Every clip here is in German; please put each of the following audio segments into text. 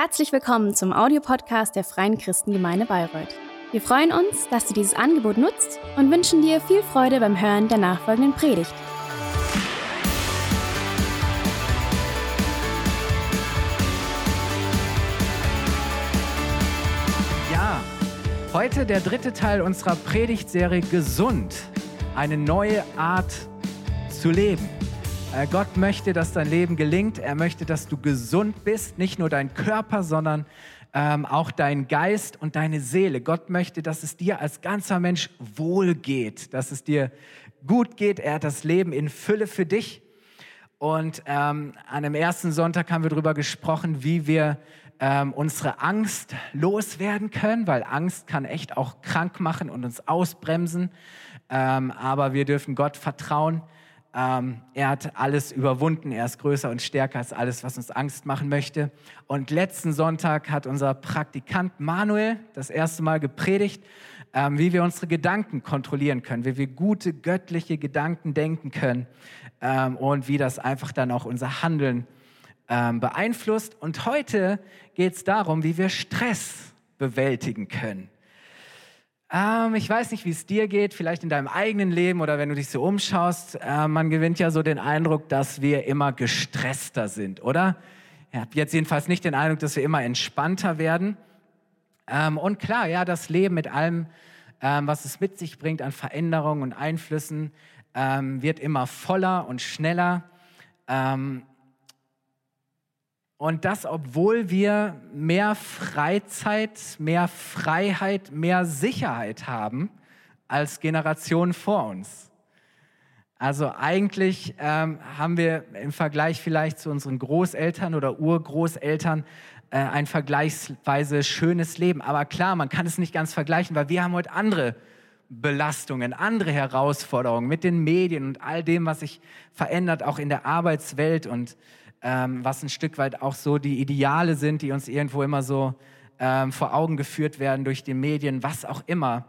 Herzlich willkommen zum Audiopodcast der Freien Christengemeinde Bayreuth. Wir freuen uns, dass du dieses Angebot nutzt und wünschen dir viel Freude beim Hören der nachfolgenden Predigt. Ja, heute der dritte Teil unserer Predigtserie Gesund, eine neue Art zu leben. Gott möchte, dass dein Leben gelingt. Er möchte, dass du gesund bist, nicht nur dein Körper, sondern auch dein Geist und deine Seele. Gott möchte, dass es dir als ganzer Mensch wohl geht, dass es dir gut geht. Er hat das Leben in Fülle für dich. Und an dem ersten Sonntag haben wir darüber gesprochen, wie wir unsere Angst loswerden können, weil Angst kann echt auch krank machen und uns ausbremsen. Aber wir dürfen Gott vertrauen. Er hat alles überwunden, er ist größer und stärker als alles, was uns Angst machen möchte. Und letzten Sonntag hat unser Praktikant Manuel das erste Mal gepredigt, wie wir unsere Gedanken kontrollieren können, wie wir gute, göttliche Gedanken denken können und wie das einfach dann auch unser Handeln beeinflusst. Und heute geht es darum, wie wir Stress bewältigen können. Ich weiß nicht, wie es dir geht, vielleicht in deinem eigenen Leben oder wenn du dich so umschaust. Man gewinnt ja so den Eindruck, dass wir immer gestresster sind, oder? Ich habe jetzt jedenfalls nicht den Eindruck, dass wir immer entspannter werden. Und klar, ja, das Leben mit allem, was es mit sich bringt an Veränderungen und Einflüssen, wird immer voller und schneller. Und das, obwohl wir mehr Freizeit, mehr Freiheit, mehr Sicherheit haben als Generationen vor uns. Also eigentlich haben wir im Vergleich vielleicht zu unseren Großeltern oder Urgroßeltern ein vergleichsweise schönes Leben. Aber klar, man kann es nicht ganz vergleichen, weil wir haben heute andere Belastungen, andere Herausforderungen mit den Medien und all dem, was sich verändert, auch in der Arbeitswelt und was ein Stück weit auch so die Ideale sind, die uns irgendwo immer so vor Augen geführt werden durch die Medien, was auch immer.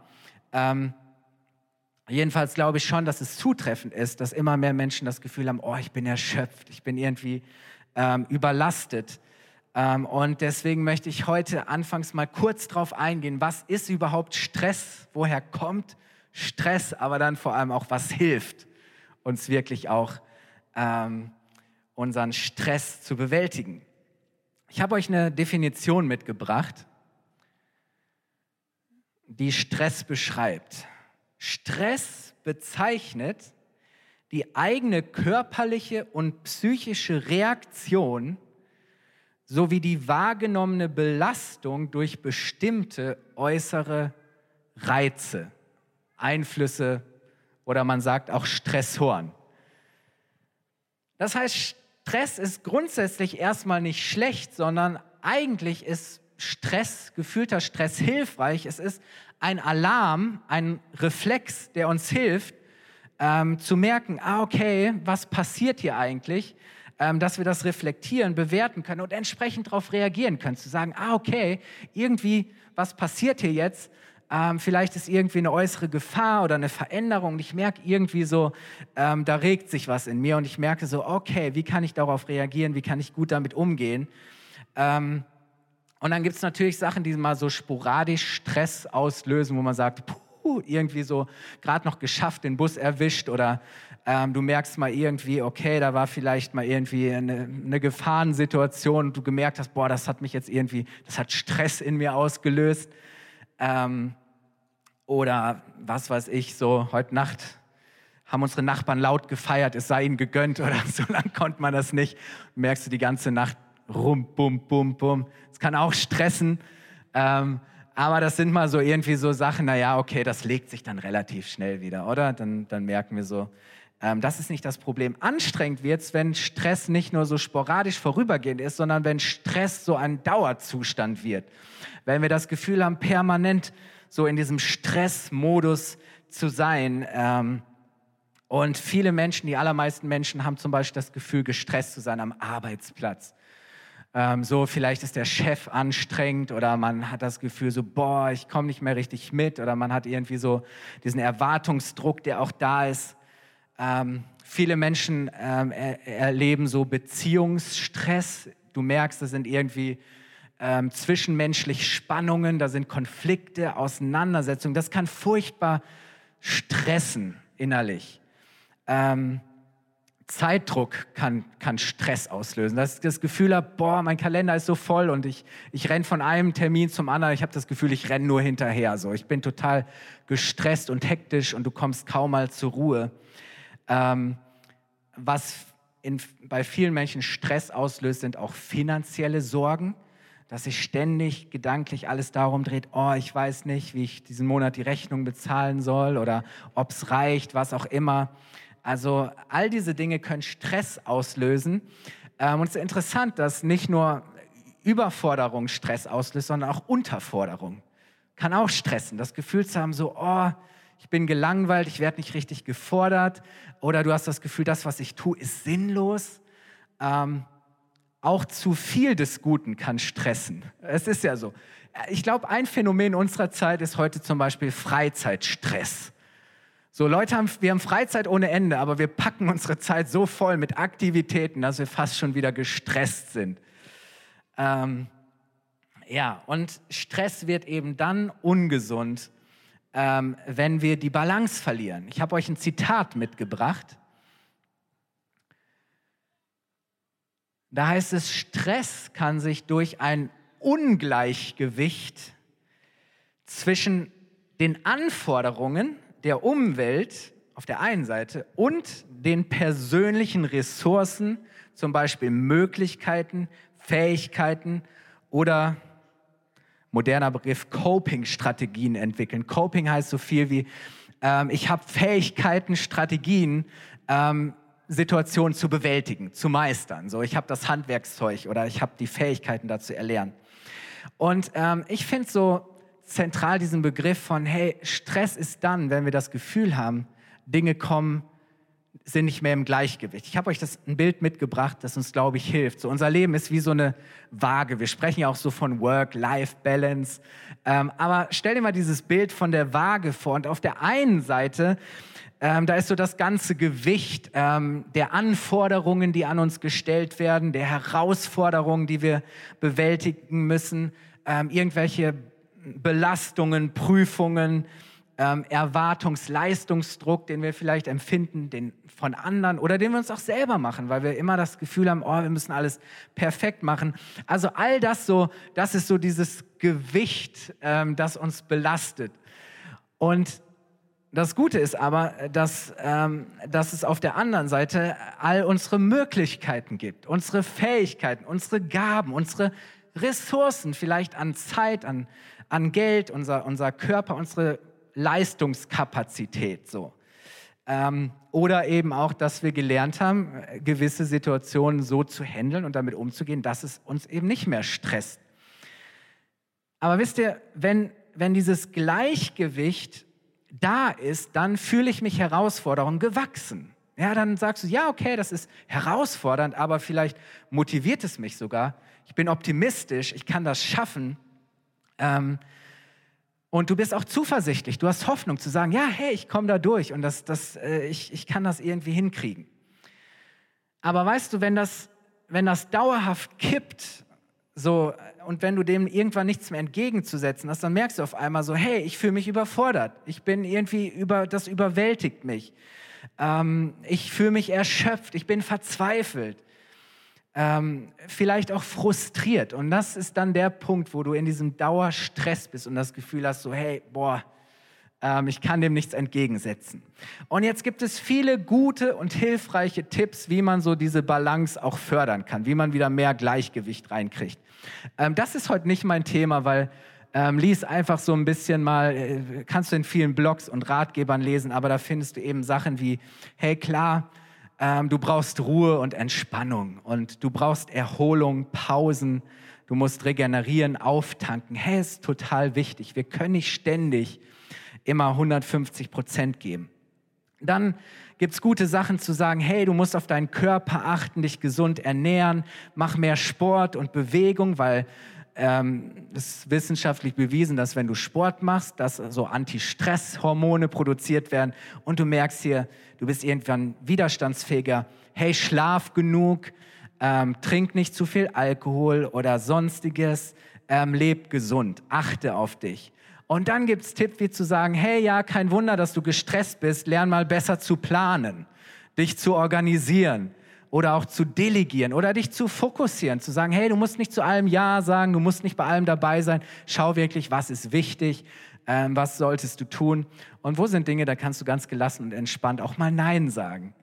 Jedenfalls glaube ich schon, dass es zutreffend ist, dass immer mehr Menschen das Gefühl haben, oh, ich bin erschöpft, ich bin irgendwie überlastet. Und deswegen möchte ich heute anfangs mal kurz drauf eingehen, was ist überhaupt Stress, woher kommt Stress, aber dann vor allem auch, was hilft uns wirklich auch unseren Stress zu bewältigen. Ich habe euch eine Definition mitgebracht, die Stress beschreibt. Stress bezeichnet die eigene körperliche und psychische Reaktion sowie die wahrgenommene Belastung durch bestimmte äußere Reize, Einflüsse oder man sagt auch Stressoren. Das heißt, Stress ist grundsätzlich erstmal nicht schlecht, sondern eigentlich ist Stress, gefühlter Stress hilfreich. Es ist ein Alarm, ein Reflex, der uns hilft, zu merken, okay, was passiert hier eigentlich, dass wir das reflektieren, bewerten können und entsprechend darauf reagieren können, zu sagen, okay, irgendwie, was passiert hier jetzt? Vielleicht ist irgendwie eine äußere Gefahr oder eine Veränderung und ich merke irgendwie so, da regt sich was in mir und ich merke so, okay, wie kann ich darauf reagieren, wie kann ich gut damit umgehen? Und dann gibt es natürlich Sachen, die mal so sporadisch Stress auslösen, wo man sagt, irgendwie so gerade noch geschafft, den Bus erwischt oder du merkst mal irgendwie, okay, da war vielleicht mal irgendwie eine Gefahrensituation und du gemerkt hast, das hat mich jetzt irgendwie, das hat Stress in mir ausgelöst. Oder was weiß ich, so heute Nacht haben unsere Nachbarn laut gefeiert, es sei ihnen gegönnt oder so lange konnte man das nicht. Merkst du die ganze Nacht rum, bum, bum, bum. Das kann auch stressen, aber das sind mal so irgendwie so Sachen, naja, okay, das legt sich dann relativ schnell wieder, oder? Dann merken wir so, das ist nicht das Problem. Anstrengend wird es, wenn Stress nicht nur so sporadisch vorübergehend ist, sondern wenn Stress so ein Dauerzustand wird. Wenn wir das Gefühl haben, permanent so in diesem Stressmodus zu sein. Und viele Menschen, die allermeisten Menschen haben zum Beispiel das Gefühl, gestresst zu sein am Arbeitsplatz. So vielleicht ist der Chef anstrengend oder man hat das Gefühl so, ich komme nicht mehr richtig mit oder man hat irgendwie so diesen Erwartungsdruck, der auch da ist. Viele Menschen erleben so Beziehungsstress. Du merkst, das sind irgendwie zwischenmenschlich Spannungen, da sind Konflikte, Auseinandersetzungen. Das kann furchtbar stressen innerlich. Zeitdruck kann Stress auslösen. Dass ich das Gefühl habe, boah, mein Kalender ist so voll und ich renne von einem Termin zum anderen. Ich habe das Gefühl, ich renne nur hinterher. So. Ich bin total gestresst und hektisch und du kommst kaum mal zur Ruhe. Was bei vielen Menschen Stress auslöst, sind auch finanzielle Sorgen, dass sich ständig gedanklich alles darum dreht, oh, ich weiß nicht, wie ich diesen Monat die Rechnung bezahlen soll oder ob es reicht, was auch immer. Also all diese Dinge können Stress auslösen. Und es ist interessant, dass nicht nur Überforderung Stress auslöst, sondern auch Unterforderung. Kann auch stressen. Das Gefühl zu haben, so, oh, ich bin gelangweilt, ich werde nicht richtig gefordert. Oder du hast das Gefühl, das, was ich tue, ist sinnlos. Auch zu viel des Guten kann stressen. Es ist ja so. Ich glaube, ein Phänomen unserer Zeit ist heute zum Beispiel Freizeitstress. So, Leute, wir haben Freizeit ohne Ende, aber wir packen unsere Zeit so voll mit Aktivitäten, dass wir fast schon wieder gestresst sind. Und Stress wird eben dann ungesund, wenn wir die Balance verlieren. Ich habe euch ein Zitat mitgebracht. Da heißt es, Stress kann sich durch ein Ungleichgewicht zwischen den Anforderungen der Umwelt auf der einen Seite und den persönlichen Ressourcen, zum Beispiel Möglichkeiten, Fähigkeiten oder moderner Begriff Coping-Strategien entwickeln. Coping heißt so viel wie, ich habe Fähigkeiten, Strategien, Situationen zu bewältigen, zu meistern. So, ich habe das Handwerkszeug oder ich habe die Fähigkeiten dazu erlernen. Und ich finde so zentral diesen Begriff von, hey, Stress ist dann, wenn wir das Gefühl haben, Dinge sind nicht mehr im Gleichgewicht. Ich habe euch ein Bild mitgebracht, das uns, glaube ich, hilft. So, unser Leben ist wie so eine Waage. Wir sprechen ja auch so von Work-Life-Balance. Aber stell dir mal dieses Bild von der Waage vor. Und auf der einen Seite, da ist so das ganze Gewicht der Anforderungen, die an uns gestellt werden, der Herausforderungen, die wir bewältigen müssen, irgendwelche Belastungen, Prüfungen, Erwartungsleistungsdruck, den wir vielleicht empfinden, den von anderen oder den wir uns auch selber machen, weil wir immer das Gefühl haben, oh, wir müssen alles perfekt machen. Also all das so, das ist so dieses Gewicht, das uns belastet. Und das Gute ist aber, dass es auf der anderen Seite all unsere Möglichkeiten gibt, unsere Fähigkeiten, unsere Gaben, unsere Ressourcen, vielleicht an Zeit, an Geld, unser Körper, unsere Leistungskapazität. So. Oder eben auch, dass wir gelernt haben, gewisse Situationen so zu handeln und damit umzugehen, dass es uns eben nicht mehr stresst. Aber wisst ihr, wenn dieses Gleichgewicht da ist, dann fühle ich mich Herausforderungen gewachsen. Ja, dann sagst du, ja, okay, das ist herausfordernd, aber vielleicht motiviert es mich sogar. Ich bin optimistisch, ich kann das schaffen. Und du bist auch zuversichtlich, du hast Hoffnung zu sagen, ja, hey, ich komme da durch und ich kann das irgendwie hinkriegen. Aber weißt du, wenn das dauerhaft kippt, so, und wenn du dem irgendwann nichts mehr entgegenzusetzen hast, dann merkst du auf einmal so, hey, ich fühle mich überfordert, ich bin irgendwie das überwältigt mich, ich fühle mich erschöpft, ich bin verzweifelt. Vielleicht auch frustriert. Und das ist dann der Punkt, wo du in diesem Dauerstress bist und das Gefühl hast, so hey, ich kann dem nichts entgegensetzen. Und jetzt gibt es viele gute und hilfreiche Tipps, wie man so diese Balance auch fördern kann, wie man wieder mehr Gleichgewicht reinkriegt. Das ist heute nicht mein Thema, weil lies einfach so ein bisschen mal, kannst du in vielen Blogs und Ratgebern lesen, aber da findest du eben Sachen wie, hey klar, du brauchst Ruhe und Entspannung und du brauchst Erholung, Pausen, du musst regenerieren, auftanken. Hey, ist total wichtig. Wir können nicht ständig immer 150% geben. Dann gibt es gute Sachen zu sagen, hey, du musst auf deinen Körper achten, dich gesund ernähren, mach mehr Sport und Bewegung, weil es ist wissenschaftlich bewiesen, dass wenn du Sport machst, dass so Anti-Stress-Hormone produziert werden und du merkst hier, du bist irgendwann widerstandsfähiger. Hey, schlaf genug, trink nicht zu viel Alkohol oder sonstiges, leb gesund, achte auf dich. Und dann gibt es Tipps wie zu sagen, hey, ja, kein Wunder, dass du gestresst bist, lern mal besser zu planen, dich zu organisieren oder auch zu delegieren oder dich zu fokussieren, zu sagen, hey, du musst nicht zu allem Ja sagen, du musst nicht bei allem dabei sein, schau wirklich, was ist wichtig, was solltest du tun und wo sind Dinge, da kannst du ganz gelassen und entspannt auch mal Nein sagen.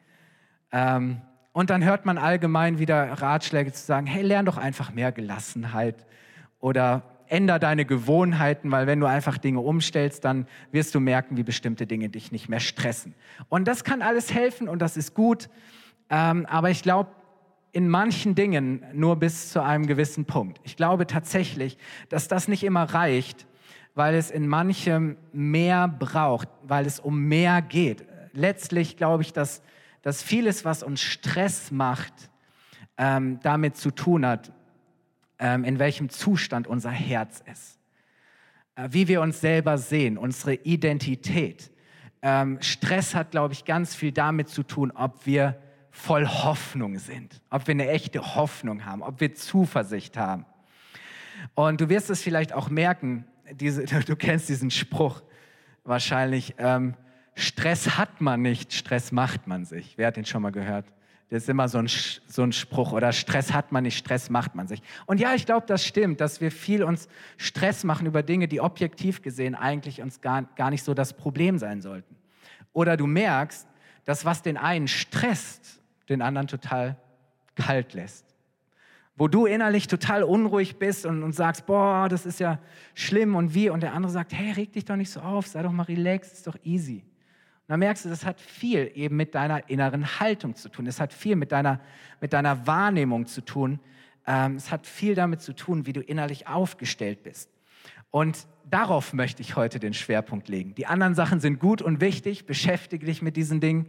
Und dann hört man allgemein wieder Ratschläge zu sagen, hey, lern doch einfach mehr Gelassenheit oder änder deine Gewohnheiten, weil wenn du einfach Dinge umstellst, dann wirst du merken, wie bestimmte Dinge dich nicht mehr stressen. Und das kann alles helfen und das ist gut, aber ich glaube, in manchen Dingen nur bis zu einem gewissen Punkt. Ich glaube tatsächlich, dass das nicht immer reicht, weil es in manchem mehr braucht, weil es um mehr geht. Letztlich glaube ich, dass vieles, was uns Stress macht, damit zu tun hat, in welchem Zustand unser Herz ist, wie wir uns selber sehen, unsere Identität. Stress hat, glaube ich, ganz viel damit zu tun, ob wir voll Hoffnung sind, ob wir eine echte Hoffnung haben, ob wir Zuversicht haben. Und du wirst es vielleicht auch merken, du kennst diesen Spruch wahrscheinlich, Stress hat man nicht, Stress macht man sich. Wer hat den schon mal gehört? Das ist immer so ein Spruch. Oder Stress hat man nicht, Stress macht man sich. Und ja, ich glaube, das stimmt, dass wir viel uns Stress machen über Dinge, die objektiv gesehen eigentlich uns gar nicht so das Problem sein sollten. Oder du merkst, dass was den einen stresst, den anderen total kalt lässt. Wo du innerlich total unruhig bist und sagst, boah, das ist ja schlimm und wie. Und der andere sagt, hey, reg dich doch nicht so auf, sei doch mal relaxed, ist doch easy. Und dann merkst du, das hat viel eben mit deiner inneren Haltung zu tun. Es hat viel mit deiner Wahrnehmung zu tun. Es hat viel damit zu tun, wie du innerlich aufgestellt bist. Und darauf möchte ich heute den Schwerpunkt legen. Die anderen Sachen sind gut und wichtig, beschäftige dich mit diesen Dingen.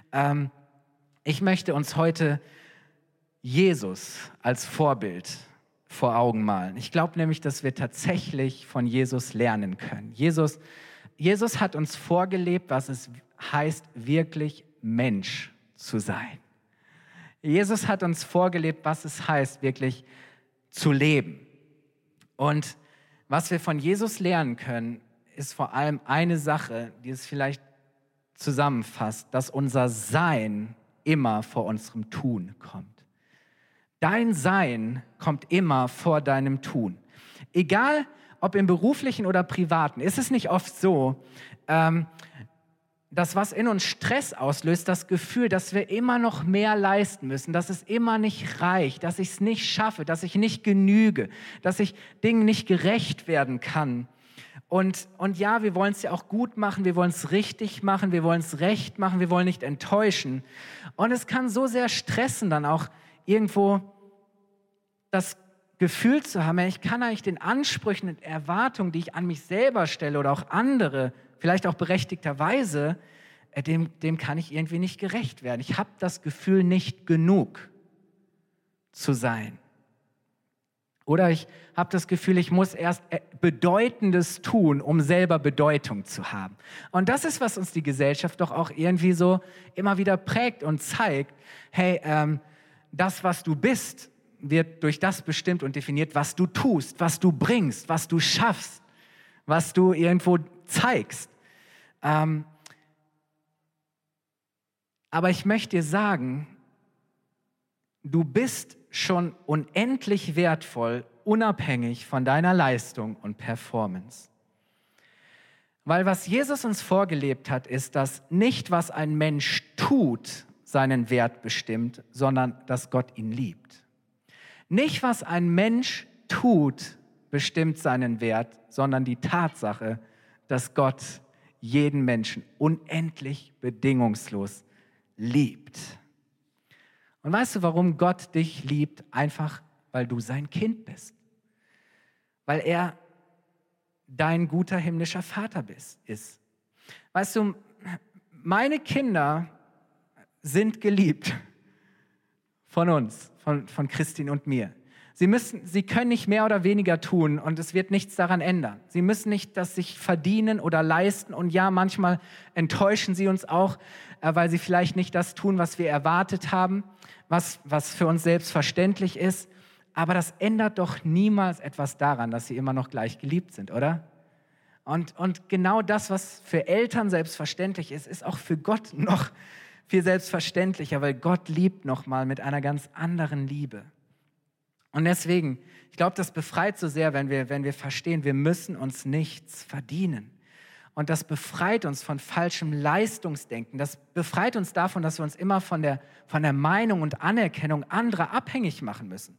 Ich möchte uns heute Jesus als Vorbild vor Augen malen. Ich glaube nämlich, dass wir tatsächlich von Jesus lernen können. Jesus hat uns vorgelebt, was es heißt, wirklich Mensch zu sein. Jesus hat uns vorgelebt, was es heißt, wirklich zu leben. Und was wir von Jesus lernen können, ist vor allem eine Sache, die es vielleicht zusammenfasst, dass unser Sein immer vor unserem Tun kommt. Dein Sein kommt immer vor deinem Tun. Egal, ob im beruflichen oder privaten, ist es nicht oft so, dass was in uns Stress auslöst, das Gefühl, dass wir immer noch mehr leisten müssen, dass es immer nicht reicht, dass ich es nicht schaffe, dass ich nicht genüge, dass ich Dingen nicht gerecht werden kann. Und ja, wir wollen es ja auch gut machen, wir wollen es richtig machen, wir wollen es recht machen, wir wollen nicht enttäuschen. Und es kann so sehr stressen, dann auch irgendwo das Gefühl zu haben, ich kann eigentlich den Ansprüchen und Erwartungen, die ich an mich selber stelle oder auch andere, vielleicht auch berechtigterweise, dem kann ich irgendwie nicht gerecht werden. Ich habe das Gefühl, nicht genug zu sein. Oder ich habe das Gefühl, ich muss erst Bedeutendes tun, um selber Bedeutung zu haben. Und das ist, was uns die Gesellschaft doch auch irgendwie so immer wieder prägt und zeigt, hey, das, was du bist, wird durch das bestimmt und definiert, was du tust, was du bringst, was du schaffst, was du irgendwo zeigst. Aber ich möchte dir sagen, du bist schon unendlich wertvoll, unabhängig von deiner Leistung und Performance. Weil was Jesus uns vorgelebt hat, ist, dass nicht, was ein Mensch tut, seinen Wert bestimmt, sondern dass Gott ihn liebt. Nicht, was ein Mensch tut, bestimmt seinen Wert, sondern die Tatsache, dass Gott jeden Menschen unendlich bedingungslos liebt. Und weißt du, warum Gott dich liebt? Einfach, weil du sein Kind bist. Weil er dein guter himmlischer Vater ist. Weißt du, meine Kinder sind geliebt von uns, von Christine und mir. Sie können nicht mehr oder weniger tun und es wird nichts daran ändern. Sie müssen nicht das sich verdienen oder leisten. Und ja, manchmal enttäuschen sie uns auch, weil sie vielleicht nicht das tun, was wir erwartet haben, was für uns selbstverständlich ist. Aber das ändert doch niemals etwas daran, dass sie immer noch gleich geliebt sind, oder? Und genau das, was für Eltern selbstverständlich ist, ist auch für Gott noch viel selbstverständlicher, weil Gott liebt nochmal mit einer ganz anderen Liebe. Und deswegen, ich glaube, das befreit so sehr, wenn wir verstehen, wir müssen uns nichts verdienen. Und das befreit uns von falschem Leistungsdenken. Das befreit uns davon, dass wir uns immer von der Meinung und Anerkennung anderer abhängig machen müssen.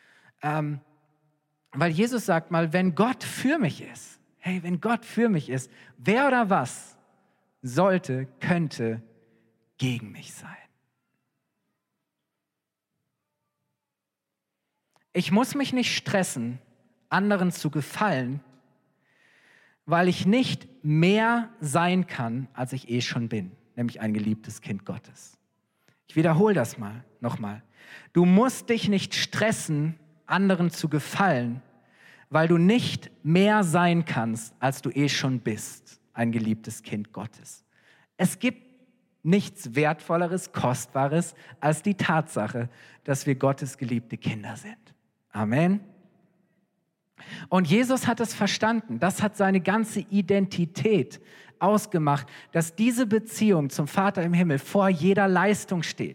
Weil Jesus sagt mal, wenn Gott für mich ist, wenn Gott für mich ist, wer oder was könnte gegen mich sein? Ich muss mich nicht stressen, anderen zu gefallen, weil ich nicht mehr sein kann, als ich schon bin, nämlich ein geliebtes Kind Gottes. Ich wiederhole das nochmal. Du musst dich nicht stressen, anderen zu gefallen, weil du nicht mehr sein kannst, als du schon bist, ein geliebtes Kind Gottes. Es gibt nichts Wertvolleres, Kostbares als die Tatsache, dass wir Gottes geliebte Kinder sind. Amen. Und Jesus hat es verstanden. Das hat seine ganze Identität ausgemacht, dass diese Beziehung zum Vater im Himmel vor jeder Leistung steht.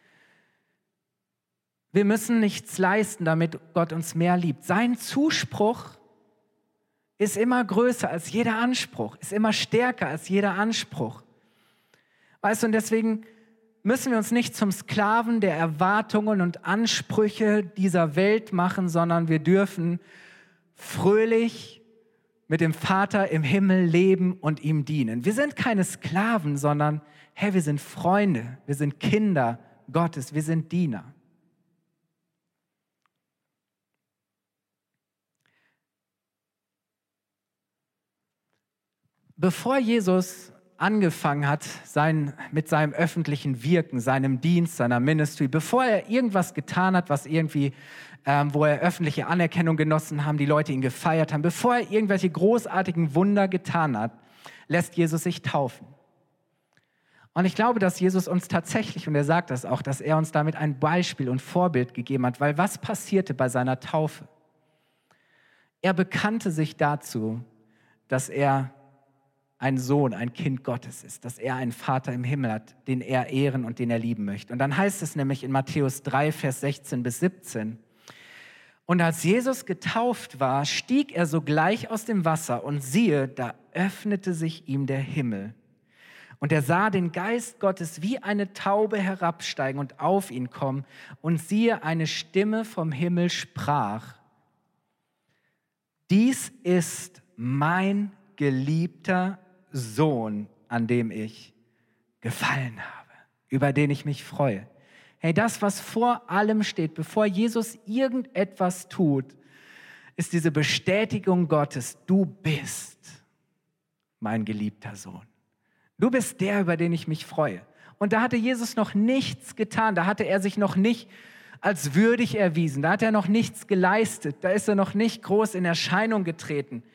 Wir müssen nichts leisten, damit Gott uns mehr liebt. Sein Zuspruch ist immer größer als jeder Anspruch, ist immer stärker als jeder Anspruch. Weißt du, und deswegen müssen wir uns nicht zum Sklaven der Erwartungen und Ansprüche dieser Welt machen, sondern wir dürfen fröhlich mit dem Vater im Himmel leben und ihm dienen. Wir sind keine Sklaven, sondern wir sind Freunde, wir sind Kinder Gottes, wir sind Diener. Bevor Jesus angefangen hat mit seinem öffentlichen Wirken, seinem Dienst, seiner Ministry, bevor er irgendwas getan hat, was irgendwie, wo er öffentliche Anerkennung genossen haben, die Leute ihn gefeiert haben, bevor er irgendwelche großartigen Wunder getan hat, lässt Jesus sich taufen. Und ich glaube, dass Jesus uns tatsächlich, und er sagt das auch, dass er uns damit ein Beispiel und Vorbild gegeben hat, weil was passierte bei seiner Taufe? Er bekannte sich dazu, dass er ein Sohn, ein Kind Gottes ist, dass er einen Vater im Himmel hat, den er ehren und den er lieben möchte. Und dann heißt es nämlich in Matthäus 3, Vers 16 bis 17, und als Jesus getauft war, stieg er sogleich aus dem Wasser und siehe, da öffnete sich ihm der Himmel. Und er sah den Geist Gottes wie eine Taube herabsteigen und auf ihn kommen. Und siehe, eine Stimme vom Himmel sprach: Dies ist mein geliebter Sohn, an dem ich gefallen habe, über den ich mich freue. Das, was vor allem steht, bevor Jesus irgendetwas tut, ist diese Bestätigung Gottes: Du bist mein geliebter Sohn. Du bist der, über den ich mich freue. Und da hatte Jesus noch nichts getan, da hatte er sich noch nicht als würdig erwiesen, da hat er noch nichts geleistet, da ist er noch nicht groß in Erscheinung getreten.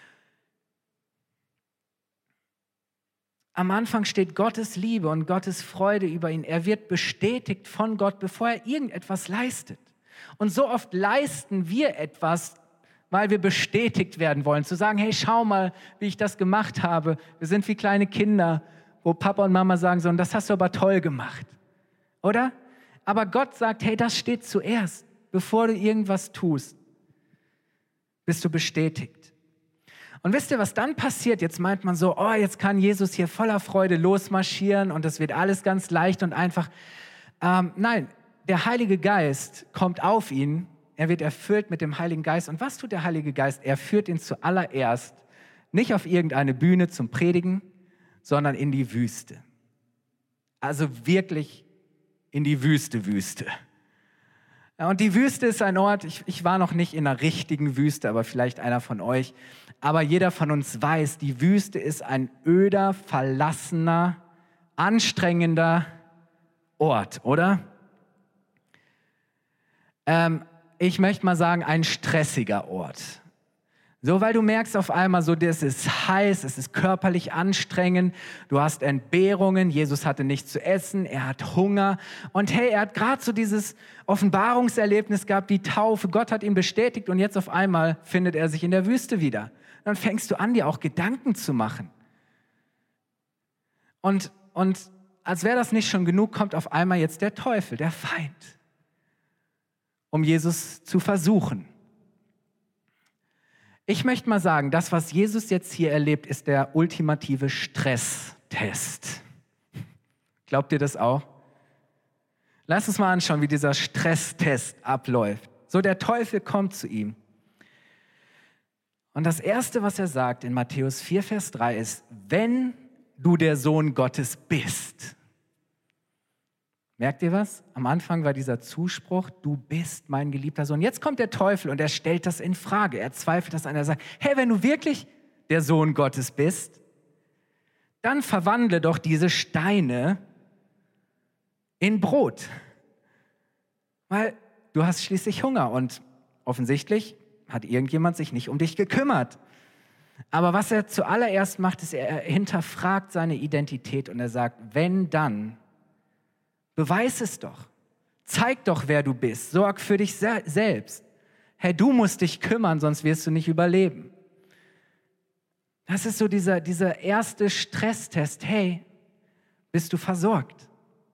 Am Anfang steht Gottes Liebe und Gottes Freude über ihn. Er wird bestätigt von Gott, bevor er irgendetwas leistet. Und so oft leisten wir etwas, weil wir bestätigt werden wollen. Zu sagen, hey, schau mal, wie ich das gemacht habe. Wir sind wie kleine Kinder, wo Papa und Mama sagen so, und das hast du aber toll gemacht. Oder? Aber Gott sagt, hey, das steht zuerst. Bevor du irgendwas tust, bist du bestätigt. Und wisst ihr, was dann passiert? Jetzt meint man so, jetzt kann Jesus hier voller Freude losmarschieren und es wird alles ganz leicht und einfach. Nein, der Heilige Geist kommt auf ihn, er wird erfüllt mit dem Heiligen Geist. Und was tut der Heilige Geist? Er führt ihn zuallererst nicht auf irgendeine Bühne zum Predigen, sondern in die Wüste. Also wirklich in die Wüste. Und die Wüste ist ein Ort, ich war noch nicht in einer richtigen Wüste, aber vielleicht einer von euch. Aber jeder von uns weiß, die Wüste ist ein öder, verlassener, anstrengender Ort, oder? ich möchte mal sagen, ein stressiger Ort. So, weil du merkst auf einmal so, es ist heiß, es ist körperlich anstrengend, du hast Entbehrungen, Jesus hatte nichts zu essen, er hat Hunger und hey, er hat gerade so dieses Offenbarungserlebnis gehabt, die Taufe, Gott hat ihn bestätigt und jetzt auf einmal findet er sich in der Wüste wieder. Dann fängst du an, dir auch Gedanken zu machen. Und als wäre das nicht schon genug, kommt auf einmal jetzt der Teufel, der Feind, um Jesus zu versuchen. Ich möchte mal sagen, das, was Jesus jetzt hier erlebt, ist der ultimative Stresstest. Glaubt ihr das auch? Lass uns mal anschauen, wie dieser Stresstest abläuft. So, der Teufel kommt zu ihm. Und das Erste, was er sagt in Matthäus 4, Vers 3 ist, wenn du der Sohn Gottes bist. Merkt ihr was? Am Anfang war dieser Zuspruch, du bist mein geliebter Sohn. Jetzt kommt der Teufel und er stellt das in Frage. Er zweifelt das an. Er sagt, hey, wenn du wirklich der Sohn Gottes bist, dann verwandle doch diese Steine in Brot. Weil du hast schließlich Hunger und offensichtlich hat irgendjemand sich nicht um dich gekümmert. Aber was er zuallererst macht, ist, er hinterfragt seine Identität und er sagt, wenn dann, beweis es doch. Zeig doch, wer du bist. Sorg für dich selbst. Hey, du musst dich kümmern, sonst wirst du nicht überleben. Das ist so dieser erste Stresstest. Hey, bist du versorgt?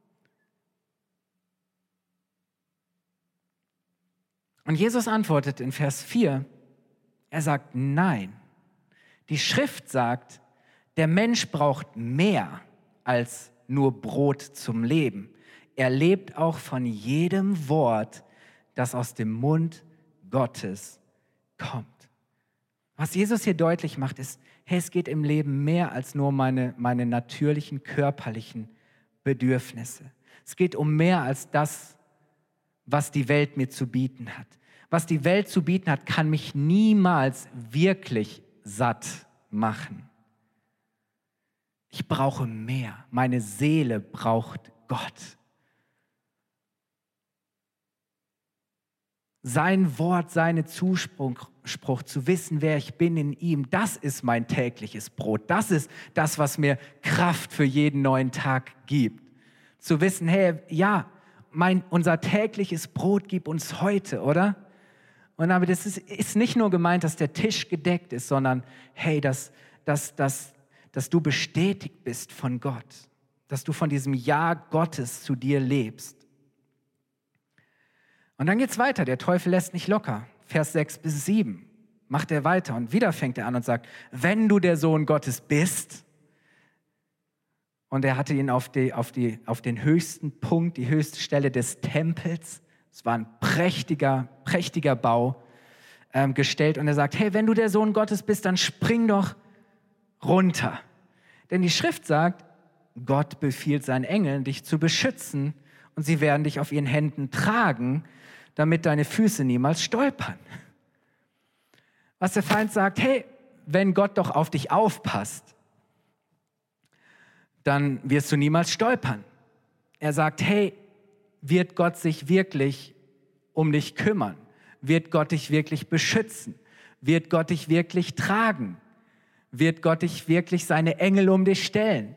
Und Jesus antwortet in Vers 4, er sagt, nein. Die Schrift sagt, der Mensch braucht mehr als nur Brot zum Leben. Er lebt auch von jedem Wort, das aus dem Mund Gottes kommt. Was Jesus hier deutlich macht, ist, hey, es geht im Leben mehr als nur meine natürlichen körperlichen Bedürfnisse. Es geht um mehr als das, was die Welt mir zu bieten hat. Was die Welt zu bieten hat, kann mich niemals wirklich satt machen. Ich brauche mehr. Meine Seele braucht Gott. Sein Wort, seine Zuspruch, zu wissen, wer ich bin in ihm, das ist mein tägliches Brot. Das ist das, was mir Kraft für jeden neuen Tag gibt. Zu wissen, hey, ja, unser tägliches Brot gib uns heute, oder? Und aber das ist nicht nur gemeint, dass der Tisch gedeckt ist, sondern hey, dass du bestätigt bist von Gott, dass du von diesem Ja Gottes zu dir lebst. Und dann geht's weiter, der Teufel lässt nicht locker. Vers 6 bis 7 macht er weiter und wieder fängt er an und sagt, wenn du der Sohn Gottes bist, und er hatte ihn auf den höchsten Punkt, die höchste Stelle des Tempels, es war ein prächtiger Bau, gestellt und er sagt, hey, wenn du der Sohn Gottes bist, dann spring doch runter. Denn die Schrift sagt, Gott befiehlt seinen Engeln, dich zu beschützen und sie werden dich auf ihren Händen tragen, damit deine Füße niemals stolpern. Was der Feind sagt, hey, wenn Gott doch auf dich aufpasst, dann wirst du niemals stolpern. Er sagt, hey, wird Gott sich wirklich um dich kümmern? Wird Gott dich wirklich beschützen? Wird Gott dich wirklich tragen? Wird Gott dich wirklich seine Engel um dich stellen?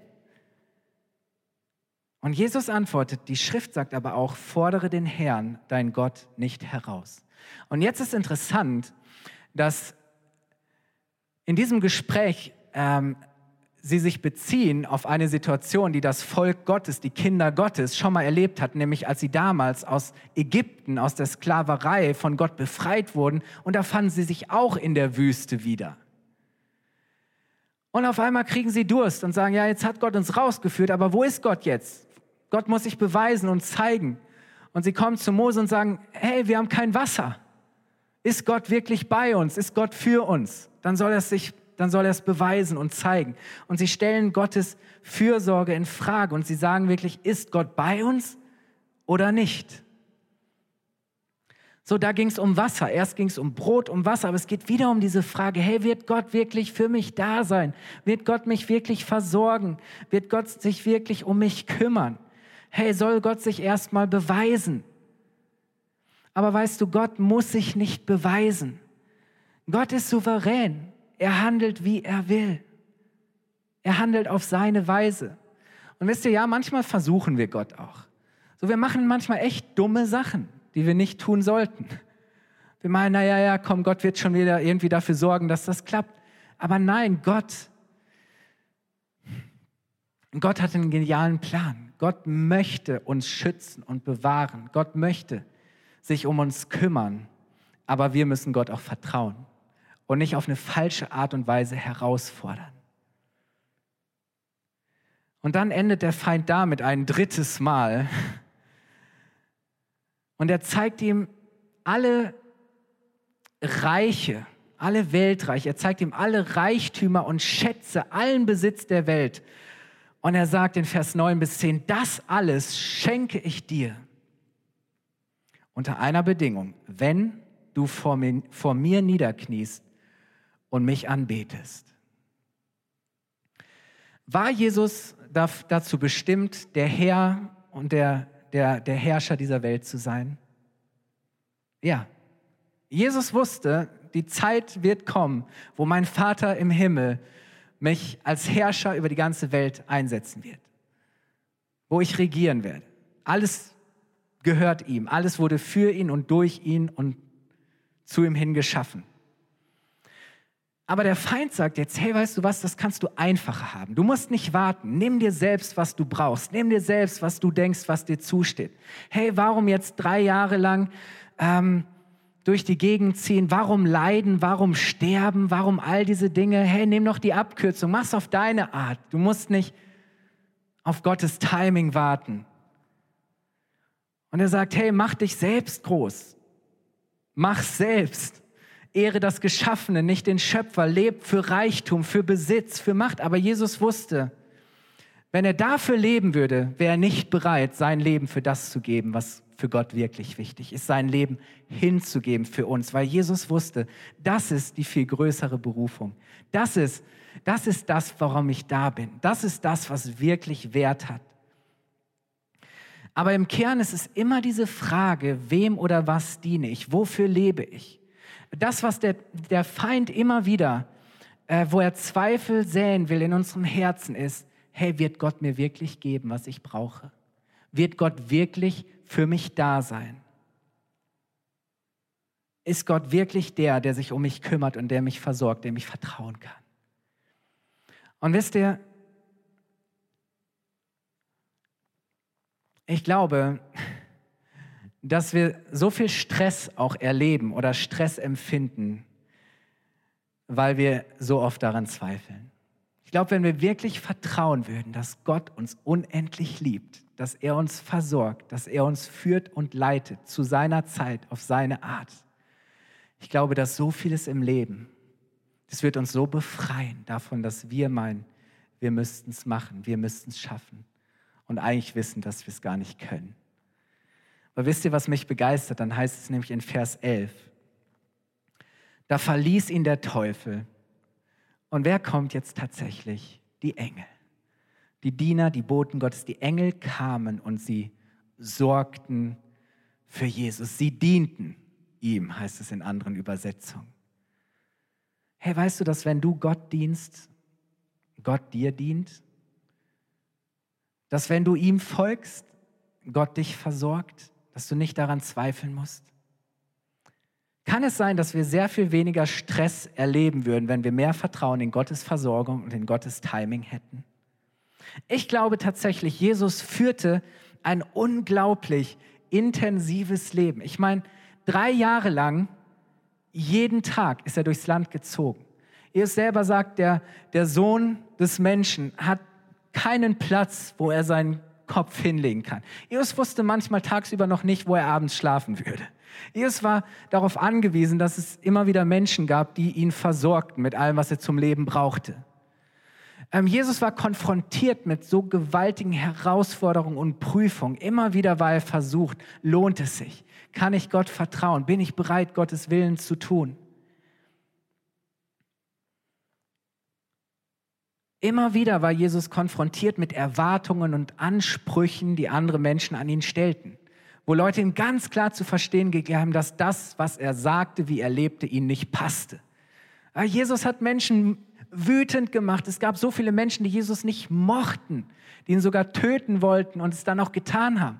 Und Jesus antwortet, die Schrift sagt aber auch, fordere den Herrn, dein Gott, nicht heraus. Und jetzt ist interessant, dass in diesem Gespräch sie sich beziehen auf eine Situation, die das Volk Gottes, die Kinder Gottes schon mal erlebt hat, nämlich als sie damals aus Ägypten, aus der Sklaverei von Gott befreit wurden und da fanden sie sich auch in der Wüste wieder. Und auf einmal kriegen sie Durst und sagen, ja, jetzt hat Gott uns rausgeführt, aber wo ist Gott jetzt? Gott muss sich beweisen und zeigen. Und sie kommen zu Mose und sagen, hey, wir haben kein Wasser. Ist Gott wirklich bei uns? Ist Gott für uns? Dann soll er es beweisen und zeigen. Und sie stellen Gottes Fürsorge in Frage und sie sagen wirklich, ist Gott bei uns oder nicht? So, da ging es um Wasser. Erst ging es um Brot, um Wasser, aber es geht wieder um diese Frage, hey, wird Gott wirklich für mich da sein? Wird Gott mich wirklich versorgen? Wird Gott sich wirklich um mich kümmern? Hey, soll Gott sich erstmal beweisen? Aber weißt du, Gott muss sich nicht beweisen. Gott ist souverän. Er handelt, wie er will. Er handelt auf seine Weise. Und wisst ihr, ja, manchmal versuchen wir Gott auch. So, wir machen manchmal echt dumme Sachen, die wir nicht tun sollten. Wir meinen, ja, komm, Gott wird schon wieder irgendwie dafür sorgen, dass das klappt. Aber nein, Gott hat einen genialen Plan. Gott möchte uns schützen und bewahren. Gott möchte sich um uns kümmern. Aber wir müssen Gott auch vertrauen und nicht auf eine falsche Art und Weise herausfordern. Und dann endet der Feind damit ein drittes Mal. Und er zeigt ihm alle Reiche, alle Weltreiche. Er zeigt ihm alle Reichtümer und Schätze, allen Besitz der Welt. Und er sagt in Vers 9 bis 10, das alles schenke ich dir. Unter einer Bedingung, wenn du vor mir niederkniest und mich anbetest. War Jesus dazu bestimmt, der Herr und der Herrscher dieser Welt zu sein? Ja. Jesus wusste, die Zeit wird kommen, wo mein Vater im Himmel mich als Herrscher über die ganze Welt einsetzen wird. Wo ich regieren werde. Alles gehört ihm. Alles wurde für ihn und durch ihn und zu ihm hin geschaffen. Aber der Feind sagt jetzt, hey, weißt du was, das kannst du einfacher haben. Du musst nicht warten. Nimm dir selbst, was du brauchst. Nimm dir selbst, was du denkst, was dir zusteht. Hey, warum jetzt 3 Jahre lang durch die Gegend ziehen? Warum leiden? Warum sterben? Warum all diese Dinge? Hey, nimm doch die Abkürzung. Mach's auf deine Art. Du musst nicht auf Gottes Timing warten. Und er sagt, hey, mach dich selbst groß. Mach's selbst. Ehre das Geschaffene, nicht den Schöpfer. Leb für Reichtum, für Besitz, für Macht. Aber Jesus wusste, wenn er dafür leben würde, wäre er nicht bereit, sein Leben für das zu geben, was für Gott wirklich wichtig ist, sein Leben hinzugeben für uns. Weil Jesus wusste, das ist die viel größere Berufung. Das ist das, warum ich da bin. Das ist das, was wirklich Wert hat. Aber im Kern ist es immer diese Frage, wem oder was diene ich? Wofür lebe ich? Das, was der Feind immer wieder, wo er Zweifel säen will in unserem Herzen ist, hey, wird Gott mir wirklich geben, was ich brauche? Wird Gott wirklich für mich da sein? Ist Gott wirklich der sich um mich kümmert und der mich versorgt, dem ich vertrauen kann? Und wisst ihr, ich glaube, dass wir so viel Stress auch erleben oder Stress empfinden, weil wir so oft daran zweifeln. Ich glaube, wenn wir wirklich vertrauen würden, dass Gott uns unendlich liebt, dass er uns versorgt, dass er uns führt und leitet zu seiner Zeit, auf seine Art. Ich glaube, dass so vieles im Leben, das wird uns so befreien davon, dass wir meinen, wir müssten es machen, wir müssten es schaffen und eigentlich wissen, dass wir es gar nicht können. Aber wisst ihr, was mich begeistert? Dann heißt es nämlich in Vers 11, da verließ ihn der Teufel. Und wer kommt jetzt tatsächlich? Die Engel. Die Diener, die Boten Gottes, die Engel kamen und sie sorgten für Jesus. Sie dienten ihm, heißt es in anderen Übersetzungen. Hey, weißt du, dass wenn du Gott dienst, Gott dir dient? Dass wenn du ihm folgst, Gott dich versorgt? Dass du nicht daran zweifeln musst? Kann es sein, dass wir sehr viel weniger Stress erleben würden, wenn wir mehr Vertrauen in Gottes Versorgung und in Gottes Timing hätten? Ich glaube tatsächlich, Jesus führte ein unglaublich intensives Leben. Ich meine, 3 Jahre lang, jeden Tag ist er durchs Land gezogen. Jesus selber sagt, der Sohn des Menschen hat keinen Platz, wo er seinen Kopf hinlegen kann. Jesus wusste manchmal tagsüber noch nicht, wo er abends schlafen würde. Jesus war darauf angewiesen, dass es immer wieder Menschen gab, die ihn versorgten mit allem, was er zum Leben brauchte. Jesus war konfrontiert mit so gewaltigen Herausforderungen und Prüfungen. Immer wieder war er versucht, lohnt es sich? Kann ich Gott vertrauen? Bin ich bereit, Gottes Willen zu tun? Immer wieder war Jesus konfrontiert mit Erwartungen und Ansprüchen, die andere Menschen an ihn stellten. wo Leute ihm ganz klar zu verstehen gegeben haben, dass das, was er sagte, wie er lebte, ihnen nicht passte. Aber Jesus hat Menschen wütend gemacht. Es gab so viele Menschen, die Jesus nicht mochten, die ihn sogar töten wollten und es dann auch getan haben.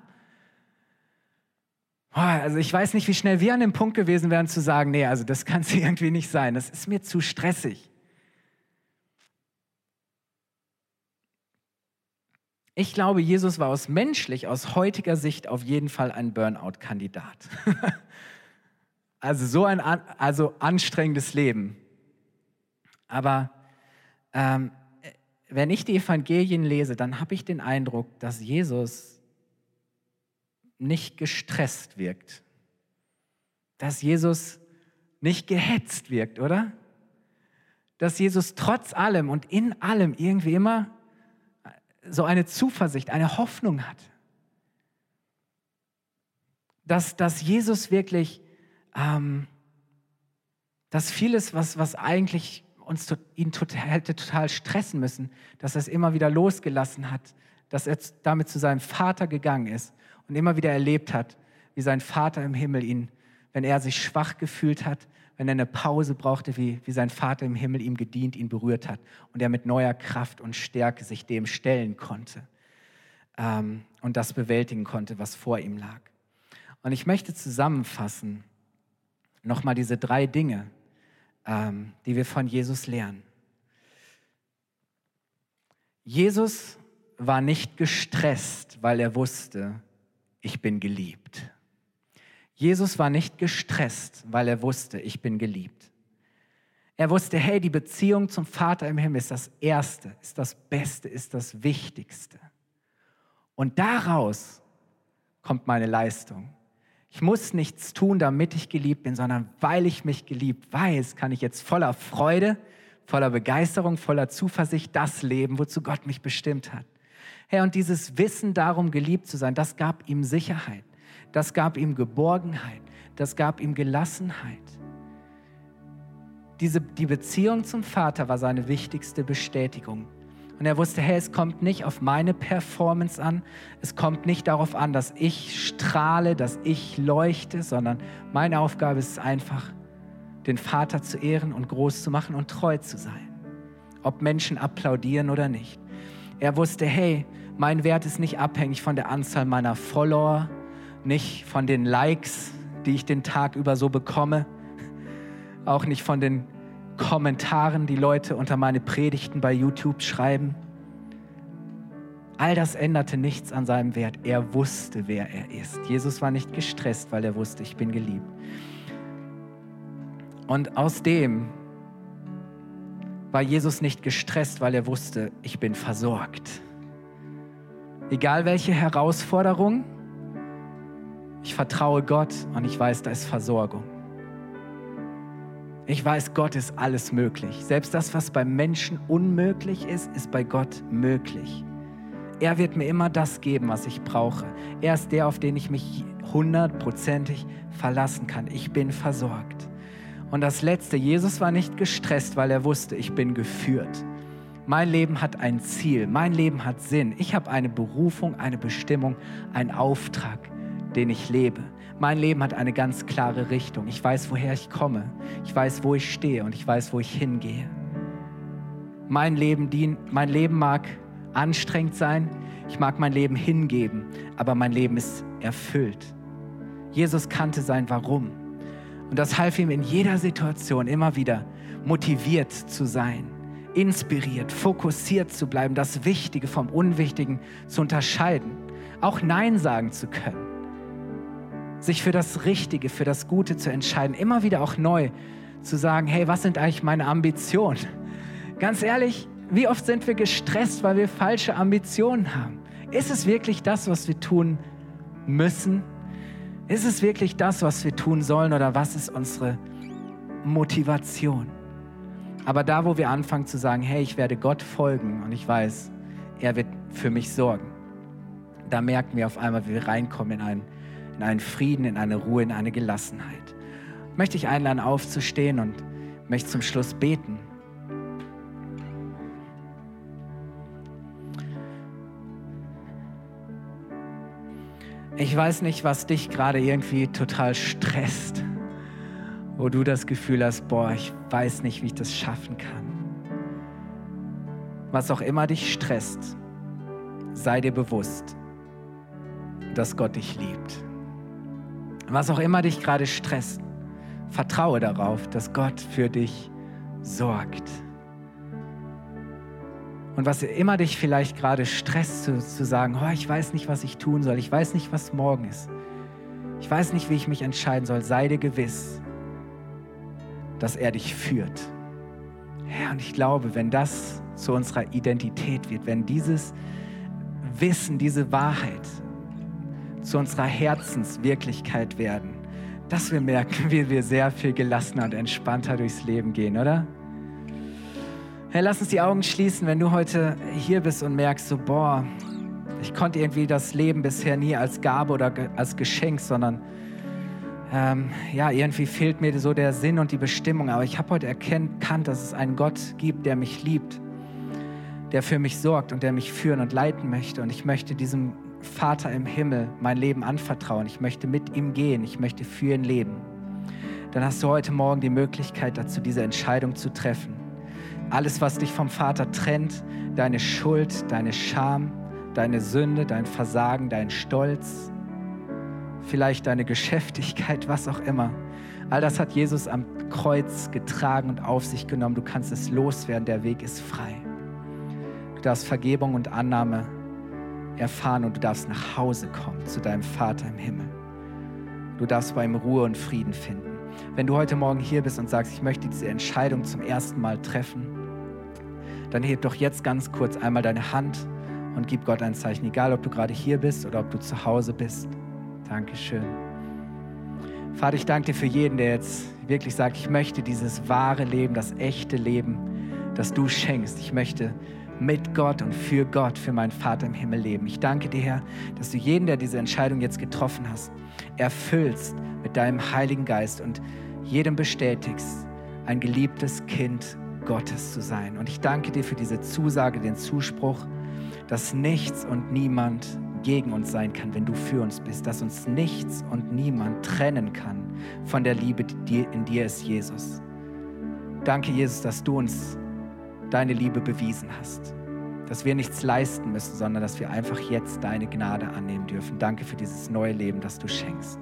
Also ich weiß nicht, wie schnell wir an dem Punkt gewesen wären, zu sagen, nee, also das kann es irgendwie nicht sein. Das ist mir zu stressig. Ich glaube, Jesus war aus heutiger Sicht auf jeden Fall ein Burnout-Kandidat. Also anstrengendes Leben. Aber wenn ich die Evangelien lese, dann habe ich den Eindruck, dass Jesus nicht gestresst wirkt. Dass Jesus nicht gehetzt wirkt, oder? Dass Jesus trotz allem und in allem irgendwie immer so eine Zuversicht, eine Hoffnung hat. Dass Jesus wirklich, dass vieles, was eigentlich ihn hätte total stressen müssen, dass er es immer wieder losgelassen hat, dass er damit zu seinem Vater gegangen ist und immer wieder erlebt hat, wie sein Vater im Himmel ihn, wenn er sich schwach gefühlt hat, wenn er eine Pause brauchte, wie sein Vater im Himmel ihm gedient, ihn berührt hat und er mit neuer Kraft und Stärke sich dem stellen konnte und das bewältigen konnte, was vor ihm lag. Und ich möchte zusammenfassen, nochmal diese 3 Dinge, die wir von Jesus lernen. Jesus war nicht gestresst, weil er wusste, ich bin geliebt. Jesus war nicht gestresst, weil er wusste, ich bin geliebt. Er wusste, hey, die Beziehung zum Vater im Himmel ist das Erste, ist das Beste, ist das Wichtigste. Und daraus kommt meine Leistung. Ich muss nichts tun, damit ich geliebt bin, sondern weil ich mich geliebt weiß, kann ich jetzt voller Freude, voller Begeisterung, voller Zuversicht das leben, wozu Gott mich bestimmt hat. Hey, und dieses Wissen darum, geliebt zu sein, das gab ihm Sicherheit, das gab ihm Geborgenheit, das gab ihm Gelassenheit. Die Beziehung zum Vater war seine wichtigste Bestätigung. Und er wusste, hey, es kommt nicht auf meine Performance an, es kommt nicht darauf an, dass ich strahle, dass ich leuchte, sondern meine Aufgabe ist es einfach, den Vater zu ehren und groß zu machen und treu zu sein. Ob Menschen applaudieren oder nicht. Er wusste, hey, mein Wert ist nicht abhängig von der Anzahl meiner Follower, nicht von den Likes, die ich den Tag über so bekomme, auch nicht von den Kommentaren, die Leute unter meine Predigten bei YouTube schreiben. All das änderte nichts an seinem Wert. Er wusste, wer er ist. Jesus war nicht gestresst, weil er wusste, ich bin geliebt. Und aus dem war Jesus nicht gestresst, weil er wusste, ich bin versorgt. Egal welche Herausforderung, ich vertraue Gott und ich weiß, da ist Versorgung. Ich weiß, Gott ist alles möglich. Selbst das, was beim Menschen unmöglich ist, ist bei Gott möglich. Er wird mir immer das geben, was ich brauche. Er ist der, auf den ich mich 100%ig verlassen kann. Ich bin versorgt. Und das Letzte, Jesus war nicht gestresst, weil er wusste, ich bin geführt. Mein Leben hat ein Ziel, mein Leben hat Sinn. Ich habe eine Berufung, eine Bestimmung, einen Auftrag, den ich lebe. Mein Leben hat eine ganz klare Richtung. Ich weiß, woher ich komme. Ich weiß, wo ich stehe und ich weiß, wo ich hingehe. Mein Leben mag anstrengend sein. Ich mag mein Leben hingeben, aber mein Leben ist erfüllt. Jesus kannte sein Warum. Und das half ihm in jeder Situation immer wieder motiviert zu sein, inspiriert, fokussiert zu bleiben, das Wichtige vom Unwichtigen zu unterscheiden, auch Nein sagen zu können. Sich für das Richtige, für das Gute zu entscheiden, immer wieder auch neu zu sagen, hey, was sind eigentlich meine Ambitionen? Ganz ehrlich, wie oft sind wir gestresst, weil wir falsche Ambitionen haben? Ist es wirklich das, was wir tun müssen? Ist es wirklich das, was wir tun sollen oder was ist unsere Motivation? Aber da, wo wir anfangen zu sagen, hey, ich werde Gott folgen und ich weiß, er wird für mich sorgen, da merken wir auf einmal, wie wir reinkommen in einen Frieden, in eine Ruhe, in eine Gelassenheit. Ich möchte dich einladen, aufzustehen und möchte zum Schluss beten. Ich weiß nicht, was dich gerade irgendwie total stresst, wo du das Gefühl hast, ich weiß nicht, wie ich das schaffen kann. Was auch immer dich stresst, sei dir bewusst, dass Gott dich liebt. Was auch immer dich gerade stresst, vertraue darauf, dass Gott für dich sorgt. Und was immer dich vielleicht gerade stresst, zu sagen, ich weiß nicht, was ich tun soll, ich weiß nicht, was morgen ist, ich weiß nicht, wie ich mich entscheiden soll, sei dir gewiss, dass er dich führt. Ja, und ich glaube, wenn das zu unserer Identität wird, wenn dieses Wissen, diese Wahrheit zu unserer Herzenswirklichkeit werden, dass wir merken, wie wir sehr viel gelassener und entspannter durchs Leben gehen, oder? Hey, lass uns die Augen schließen, wenn du heute hier bist und merkst ich konnte irgendwie das Leben bisher nie als Gabe oder als Geschenk, sondern irgendwie fehlt mir so der Sinn und die Bestimmung. Aber ich habe heute erkannt, dass es einen Gott gibt, der mich liebt, der für mich sorgt und der mich führen und leiten möchte. Und ich möchte diesem Vater im Himmel mein Leben anvertrauen. Ich möchte mit ihm gehen. Ich möchte für ihn leben. Dann hast du heute Morgen die Möglichkeit dazu, diese Entscheidung zu treffen. Alles, was dich vom Vater trennt, deine Schuld, deine Scham, deine Sünde, dein Versagen, dein Stolz, vielleicht deine Geschäftigkeit, was auch immer. All das hat Jesus am Kreuz getragen und auf sich genommen. Du kannst es loswerden, der Weg ist frei. Du darfst Vergebung und Annahme erfahren und du darfst nach Hause kommen zu deinem Vater im Himmel. Du darfst bei ihm Ruhe und Frieden finden. Wenn du heute Morgen hier bist und sagst, ich möchte diese Entscheidung zum ersten Mal treffen, dann heb doch jetzt ganz kurz einmal deine Hand und gib Gott ein Zeichen, egal ob du gerade hier bist oder ob du zu Hause bist. Dankeschön. Vater, ich danke dir für jeden, der jetzt wirklich sagt, ich möchte dieses wahre Leben, das echte Leben, das du schenkst. Ich möchte mit Gott und für Gott, für meinen Vater im Himmel leben. Ich danke dir, Herr, dass du jeden, der diese Entscheidung jetzt getroffen hast, erfüllst mit deinem Heiligen Geist und jedem bestätigst, ein geliebtes Kind Gottes zu sein. Und ich danke dir für diese Zusage, den Zuspruch, dass nichts und niemand gegen uns sein kann, wenn du für uns bist, dass uns nichts und niemand trennen kann von der Liebe, die in dir ist, Jesus. Danke, Jesus, dass du uns deine Liebe bewiesen hast, dass wir nichts leisten müssen, sondern dass wir einfach jetzt deine Gnade annehmen dürfen. Danke für dieses neue Leben, das du schenkst.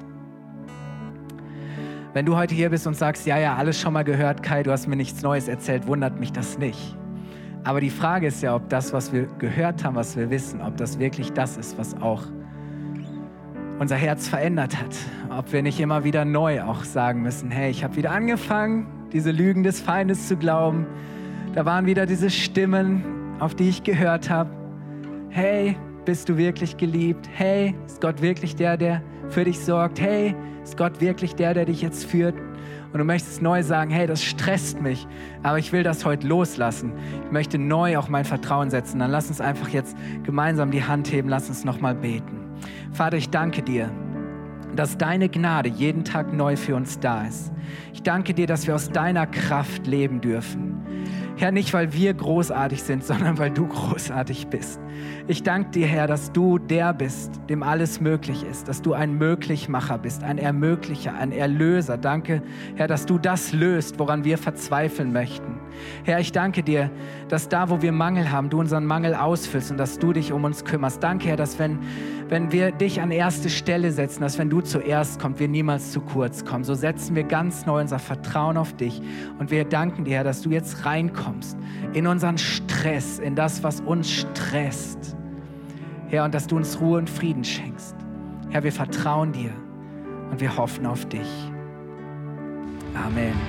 Wenn du heute hier bist und sagst, ja, alles schon mal gehört, Kai, du hast mir nichts Neues erzählt, wundert mich das nicht. Aber die Frage ist ja, ob das, was wir gehört haben, was wir wissen, ob das wirklich das ist, was auch unser Herz verändert hat. Ob wir nicht immer wieder neu auch sagen müssen, hey, ich habe wieder angefangen, diese Lügen des Feindes zu glauben. Da waren wieder diese Stimmen, auf die ich gehört habe. Hey, bist du wirklich geliebt? Hey, ist Gott wirklich der für dich sorgt? Hey, ist Gott wirklich der dich jetzt führt? Und du möchtest neu sagen, hey, das stresst mich, aber ich will das heute loslassen. Ich möchte neu auch mein Vertrauen setzen. Dann lass uns einfach jetzt gemeinsam die Hand heben, lass uns nochmal beten. Vater, ich danke dir, dass deine Gnade jeden Tag neu für uns da ist. Ich danke dir, dass wir aus deiner Kraft leben dürfen. Herr, nicht weil wir großartig sind, sondern weil du großartig bist. Ich danke dir, Herr, dass du der bist, dem alles möglich ist, dass du ein Möglichmacher bist, ein Ermöglicher, ein Erlöser. Danke, Herr, dass du das löst, woran wir verzweifeln möchten. Herr, ich danke dir, dass da, wo wir Mangel haben, du unseren Mangel ausfüllst und dass du dich um uns kümmerst. Danke, Herr, dass wenn wir dich an erste Stelle setzen, dass wenn du zuerst kommst, wir niemals zu kurz kommen. So setzen wir ganz neu unser Vertrauen auf dich und wir danken dir, Herr, dass du jetzt reinkommst in unseren Stress, in das, was uns stresst. Herr, und dass du uns Ruhe und Frieden schenkst. Herr, wir vertrauen dir und wir hoffen auf dich. Amen.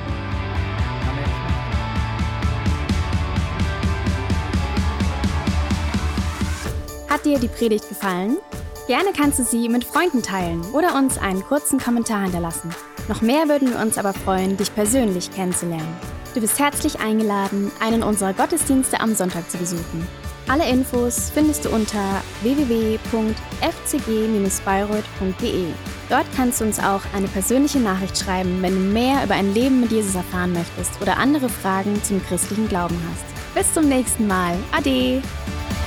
Hat dir die Predigt gefallen? Gerne kannst du sie mit Freunden teilen oder uns einen kurzen Kommentar hinterlassen. Noch mehr würden wir uns aber freuen, dich persönlich kennenzulernen. Du bist herzlich eingeladen, einen unserer Gottesdienste am Sonntag zu besuchen. Alle Infos findest du unter www.fcg-bayreuth.de. Dort kannst du uns auch eine persönliche Nachricht schreiben, wenn du mehr über ein Leben mit Jesus erfahren möchtest oder andere Fragen zum christlichen Glauben hast. Bis zum nächsten Mal. Ade!